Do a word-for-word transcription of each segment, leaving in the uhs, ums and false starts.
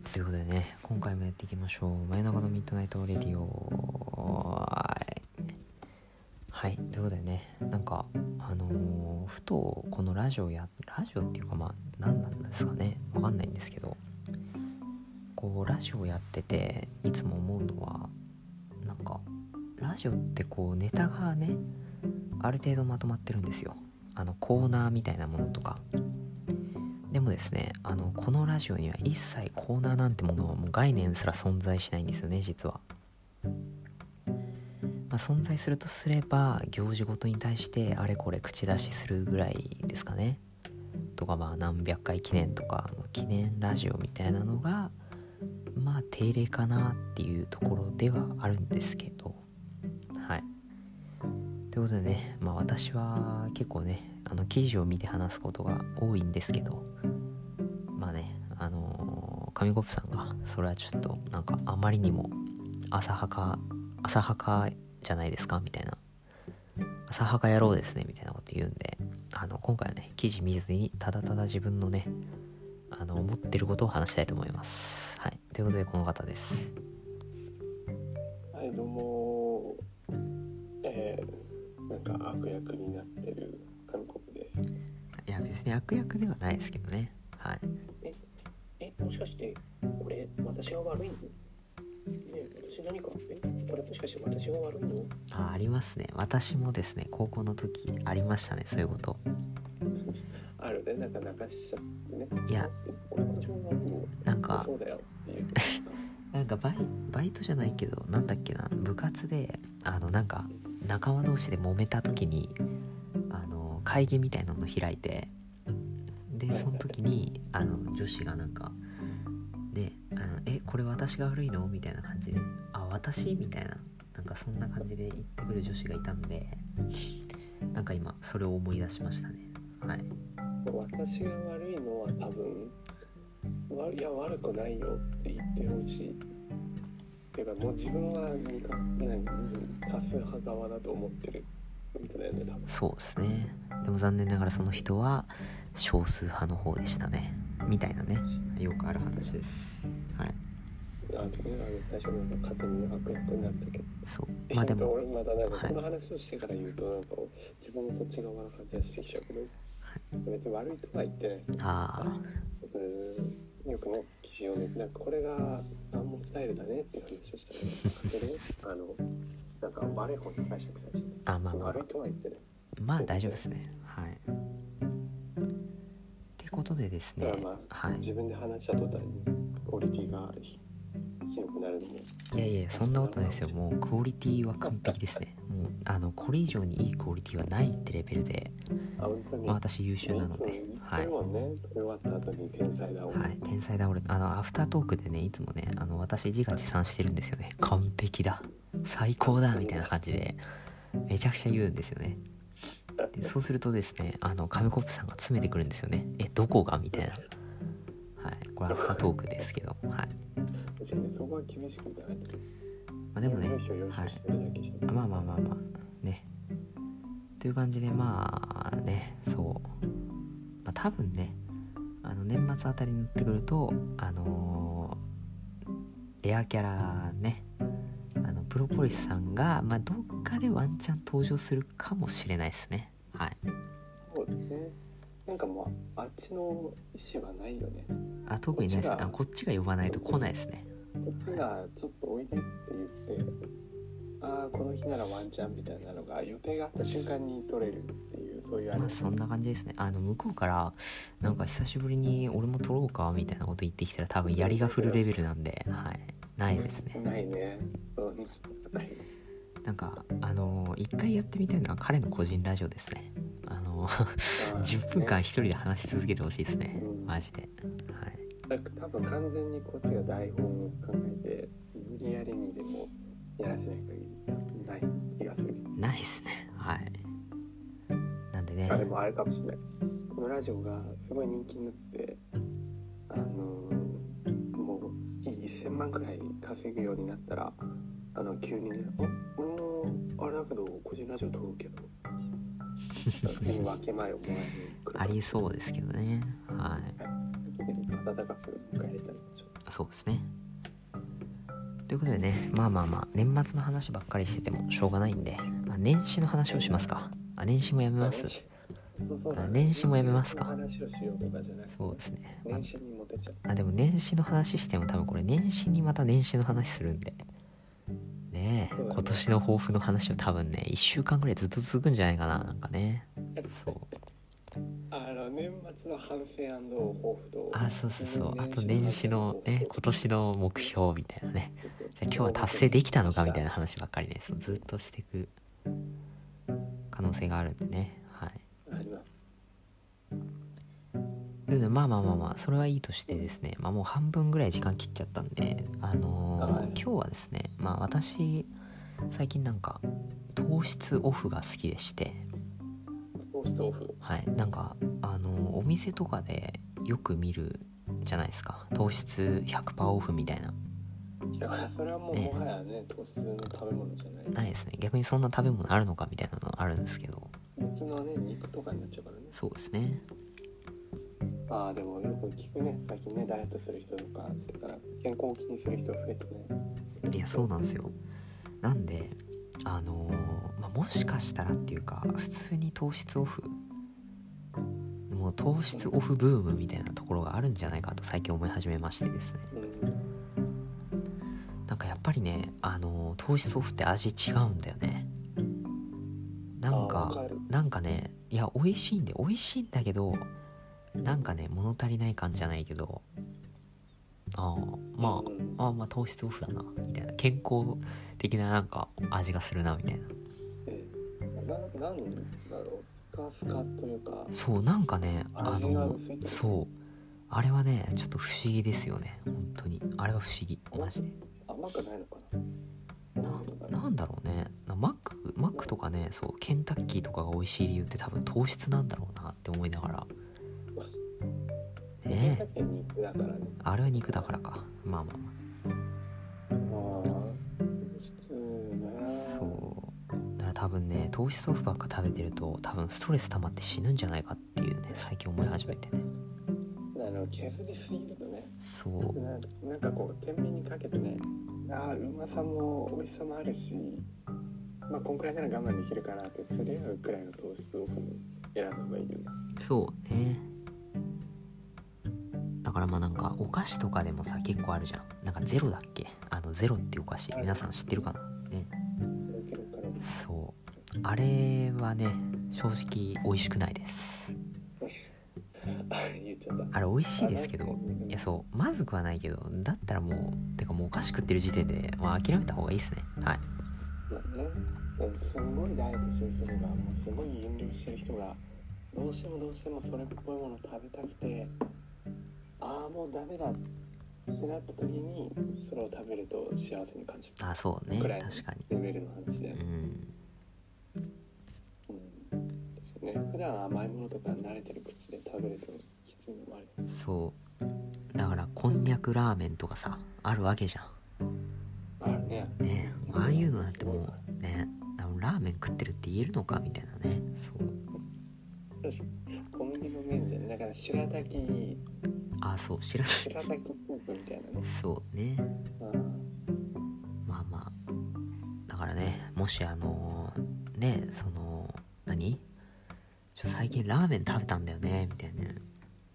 ということでね、今回もやっていきましょう。真夜中のミッドナイトレディオ。はい、ということでね、なんかあのー、ふとこのラジオやラジオっていうかまあ何なんですかね、わかんないんですけど、こうラジオやってていつも思うのは、なんかラジオってこうネタがねある程度まとまってるんですよ。あのコーナーみたいなものとか。でもですね、あのこのラジオには一切コーナーなんてものはもう概念すら存在しないんですよね、実は。まあ、存在するとすれば行事ごとに対してあれこれ口出しするぐらいですかね。とかまあ何百回記念とか記念ラジオみたいなのがまあ定例かなっていうところではあるんですけど、はい。ということでね、まあ私は結構ね、あの記事を見て話すことが多いんですけど、まあね、あのー、紙コップさんがそれはちょっとなんかあまりにも浅はか浅はかじゃないですかみたいな、浅はか野郎ですねみたいなこと言うんで、あの今回はね記事見ずにただただ自分のねあの思ってることを話したいと思います。はい、ということでこの方です。 はい、どうも、えー、なんか悪役になってる紙コップです。 いや別に悪役ではないですけどね。はい。 え、え、もしかしてこれ私が悪いの？ねえ、私何かえ、これもしかして私が悪いの？ あ、ありますね。私もですね、高校の時ありましたね、そういうこと。 あるね、なんか泣かしちゃってね。 いや、 俺私が悪いの？ なんかそうだよっていう。 なんかバイバイトじゃないけど、なんだっけな、部活であのなんか仲間同士で揉めた時にあの会議みたいなの開いて、でその時にあの女子がなんかで、あのえこれ私が悪いのみたいな感じで、あ私みたいな、なんかそんな感じで言ってくる女子がいたんで、なんか今それを思い出しましたね。はい。 私が悪いのは多分、いや悪くないよって言ってほしい。っていうかもう自分は何か何多数派側だと思ってるみたいだよね、多分。 そうですね。でも残念ながらその人は少数派の方でしたね。みたいなね、よくある話です。はい。 あのね、あの最初なんか勝手に悪役になってたけど、 そうまあでも俺またなんかこの話をしてから言うとなんか自分もそっち側の感じがしてきちゃうけど、はい、別に悪いとは言ってないです。 ああ、 うん、よくね記事をね、なんかこれがアンモスタイルだねっていう話をしたら、ね、あのなんか悪い方に解釈されちゃう。 あまあまあ悪いとは言ってない。 まあ大丈夫ですね。はい。ってことでですね、 まあ、 はい。 自分で話した途端にクオリティが強くなるのも。 いやいやそんなことないですよ。もうクオリティは完璧ですね。もうあのこれ以上にいいクオリティはないってレベルで、 あ本当に、 まあ、私優秀なので、はい。 もんね、撮り終わった後に天才だ俺。 はい、天才だ俺。あのアフタートークでねいつもねあの私自画自賛してるんですよね。完璧だ、最高だみたいな感じでめちゃくちゃ言うんですよね。でそうするとですね、あの紙コップさんが詰めてくるんですよね。えどこがみたいな。はい、これアフタートークですけど、はい。 別にそこは厳しくない。 まあ、でもね、 よいしょよいしょしてるだけじゃん。 まあまあまあまあね。という感じでまあね、そう、まあ多分ね、あの年末あたりになってくると、あのー、レアキャラね、あのプロポリスさんがまあどっかでワンチャン登場するかもしれないですね。はい。 そうですね。なんかもうあっちの意思はないよね。 あ特にないですね。あこっちが呼ばないと来ないですね。 こっちがちょっとおいでって言って、ああこの日ならワンチャンみたいなのが予定があった瞬間に取れるっていう、そういうあれ、 まあそんな感じですね。あの向こうからなんか久しぶりに俺も撮ろうかみたいなこと言ってきたら多分槍が振るレベルなんで、はい、ないですね。 ないね。 なんかあのー、一回やってみたいのは彼の個人ラジオですね。あのー、じゅっぷんかん一人で話し続けてほしいですね、マジで。はい。 多分完全にこっちが台本を考えて無理やりにでもやらせない限りない気がする。 ないっすね。はい。なんでね。 あでもあれかもしれない。このラジオがすごい人気になって、あのー、もう月せんまんくらい稼ぐようになったら、あの急にね、あ俺もあれだけど個人ラジオ撮るけど、分け前をもらいに来る。 ありそうですけどね。はい。 温かく迎えたりでしょ。 そうですね。ということでね、まあまあまあ年末の話ばっかりしててもしょうがないんで、あ年始の話をしますか。あ年始もやめます。 そうそうだね、 年始もやめますか。 年始の話をしようとかじゃなくて、 そうですね。 年始にモテちゃう。 あでも年始の話しても多分これ年始にまた年始の話するんでねえ、ね、今年の抱負の話を多分ねいっしゅうかんぐらいずっと続くんじゃないかな、なんかね。そうあの年末の反省&抱負と、 あそうそうそう、あと年始のね今年の目標みたいなね、じゃあ今日は達成できたのかみたいな話ばっかりね、そうずっとしていく可能性があるんでね。はい、 あります。 でまあまあまあまあそれはいいとしてですね、まあもう半分ぐらい時間切っちゃったんで、あのーはい、今日はですね、まあ私最近なんか糖質オフが好きでして、 糖質オフ、 はい、なんかあのー、お店とかでよく見るじゃないですか、糖質 ひゃくパーセント オフみたいな。 いやそれはもう、ね、もはやね糖質の食べ物じゃないないですね。逆にそんな食べ物あるのかみたいなのあるんですけど、 別のね肉とかになっちゃうからね。 そうですね。 ああでもよく聞くね、最近ねダイエットする人とかだから健康を気にする人増えてね。 いやそうなんですよ。なんであのーまあ、もしかしたらっていうか普通に糖質オフ、もう糖質オフブームみたいなところがあるんじゃないかと最近思い始めましてですね、うん、なんかやっぱりね、あのー、糖質オフって味違うんだよね。なんかなんかね、いや美味しいんで美味しいんだけど、なんかね物足りない感じじゃないけど、ああまああまあ糖質オフだなみたいな、健康的ななんか味がするなみたいな。 えななんだろう、スカスカというか、そうなんかねあのそうあれはねちょっと不思議ですよね、本当にあれは不思議マジで。 甘くないのかな、な、なんだろうね、マックマックとかね、そうケンタッキーとかが美味しい理由って多分糖質なんだろうなって思いながらね、 肉だからね。 あれは肉だからか。まあまあまあ。 糖質ね。 そう。だから多分ね、糖質オフばっか食べてると多分ストレス溜まって死ぬんじゃないかっていうね、最近思い始めてね。 あの削りすぎるとね。 そうな。なんかこう天秤にかけてね、ああうまさも美味しさもあるし、まあこんくらいなら我慢できるかなって釣り合うくらいの糖質オフに選んだ方がいいよね。 そうね。だからまあなんかお菓子とかでもさ結構あるじゃん。なんかゼロだっけ、あのゼロっていうお菓子皆さん知ってるかなね。そうあれはね正直美味しくないです。 言っちゃった。 あれ美味しいですけど、いやそうまずくはないけど、だったらもうてかもうお菓子食ってる時点で、まあ、諦めた方がいいですね。はい。 まあね、すんごいダイエットしてる人とかもうすごい減量してる人がどうしてもどうしてもそれっぽいもの食べたくて、ああもうダメだってなった時にそれを食べると幸せに感じる。 あそうね、確かにレベルの話で、 うんうんですね。普段甘いものとか慣れてる口で食べるときついのもある。 そうだからこんにゃくラーメンとかさあるわけじゃん。 あるね。 ね、ああいうのなんてもうね、ラーメン食ってるって言えるのかみたいなね。そう確かに小麦の麺じゃね、だから白滝、 あそう白滝白滝スープみたいなね。 そうね、うん、まあまあだからね、もしあのー、ねその何ちょ最近ラーメン食べたんだよねみたいなね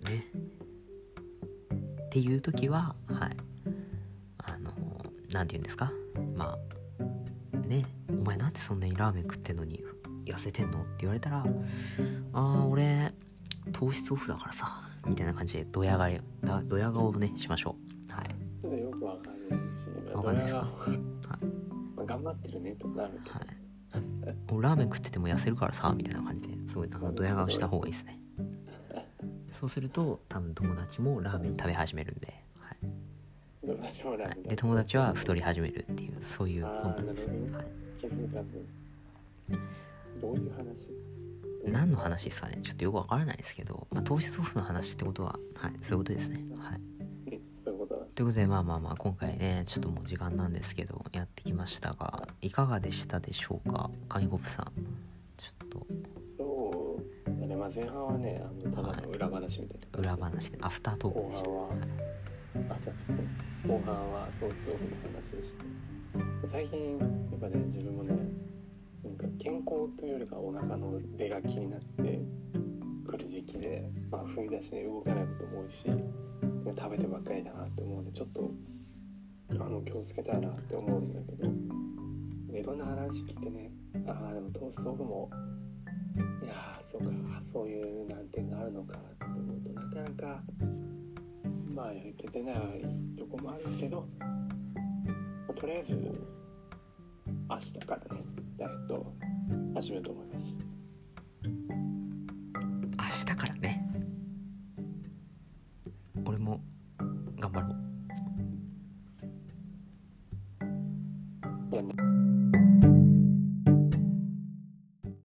っていう時ははいあのー、なんて言うんですか、まあねお前なんでそんなにラーメン食ってんのに痩せてんのって言われたら、あー俺糖質オフだからさみたいな感じでドヤ顔ドヤ顔をねしましょう。はい。 ちょっとよくわかんないし、 わかんないですか。はい。 まあ、頑張ってるねとかあるけど。 はい。俺ラーメン食ってても痩せるからさみたいな感じですごいあのドヤ顔した方がいいですね。そうすると多分友達もラーメン食べ始めるんで。はい。 友達もラーメン。 で友達は太り始めるっていうそういうコントです。はい。 気づかず。どういう話？ 何の話ですかね、ちょっとよくわからないですけど、まあ、糖質オフの話ってことは、はい、そういうことですね。はい。 そういうことだ。 ということで、まあまあまあ、今回ね、ちょっともう時間なんですけど、やってきましたが、いかがでしたでしょうか、紙コップさん。ちょっと。 そう。ね、まあ、前半はね、あのただの裏話みたいな、 はい。裏話で、アフタートークでした。 後半は、 はい、 あと後半はトーストオフの話をして、最近やっぱね自分もねなんか健康というよりかお腹の出が気になってくる時期で、まあ冬だしね動かないことも多いし、食べてばっかりだなって思うんでちょっとあの気をつけたいなって思うんだけど、いろんな話聞いてね、ああでもトーストオフもいやーそうかそういう難点があるのかって思うとなかなかまあいけてないとこもあるけど、とりあえず明日からねダイエット始めようと思います。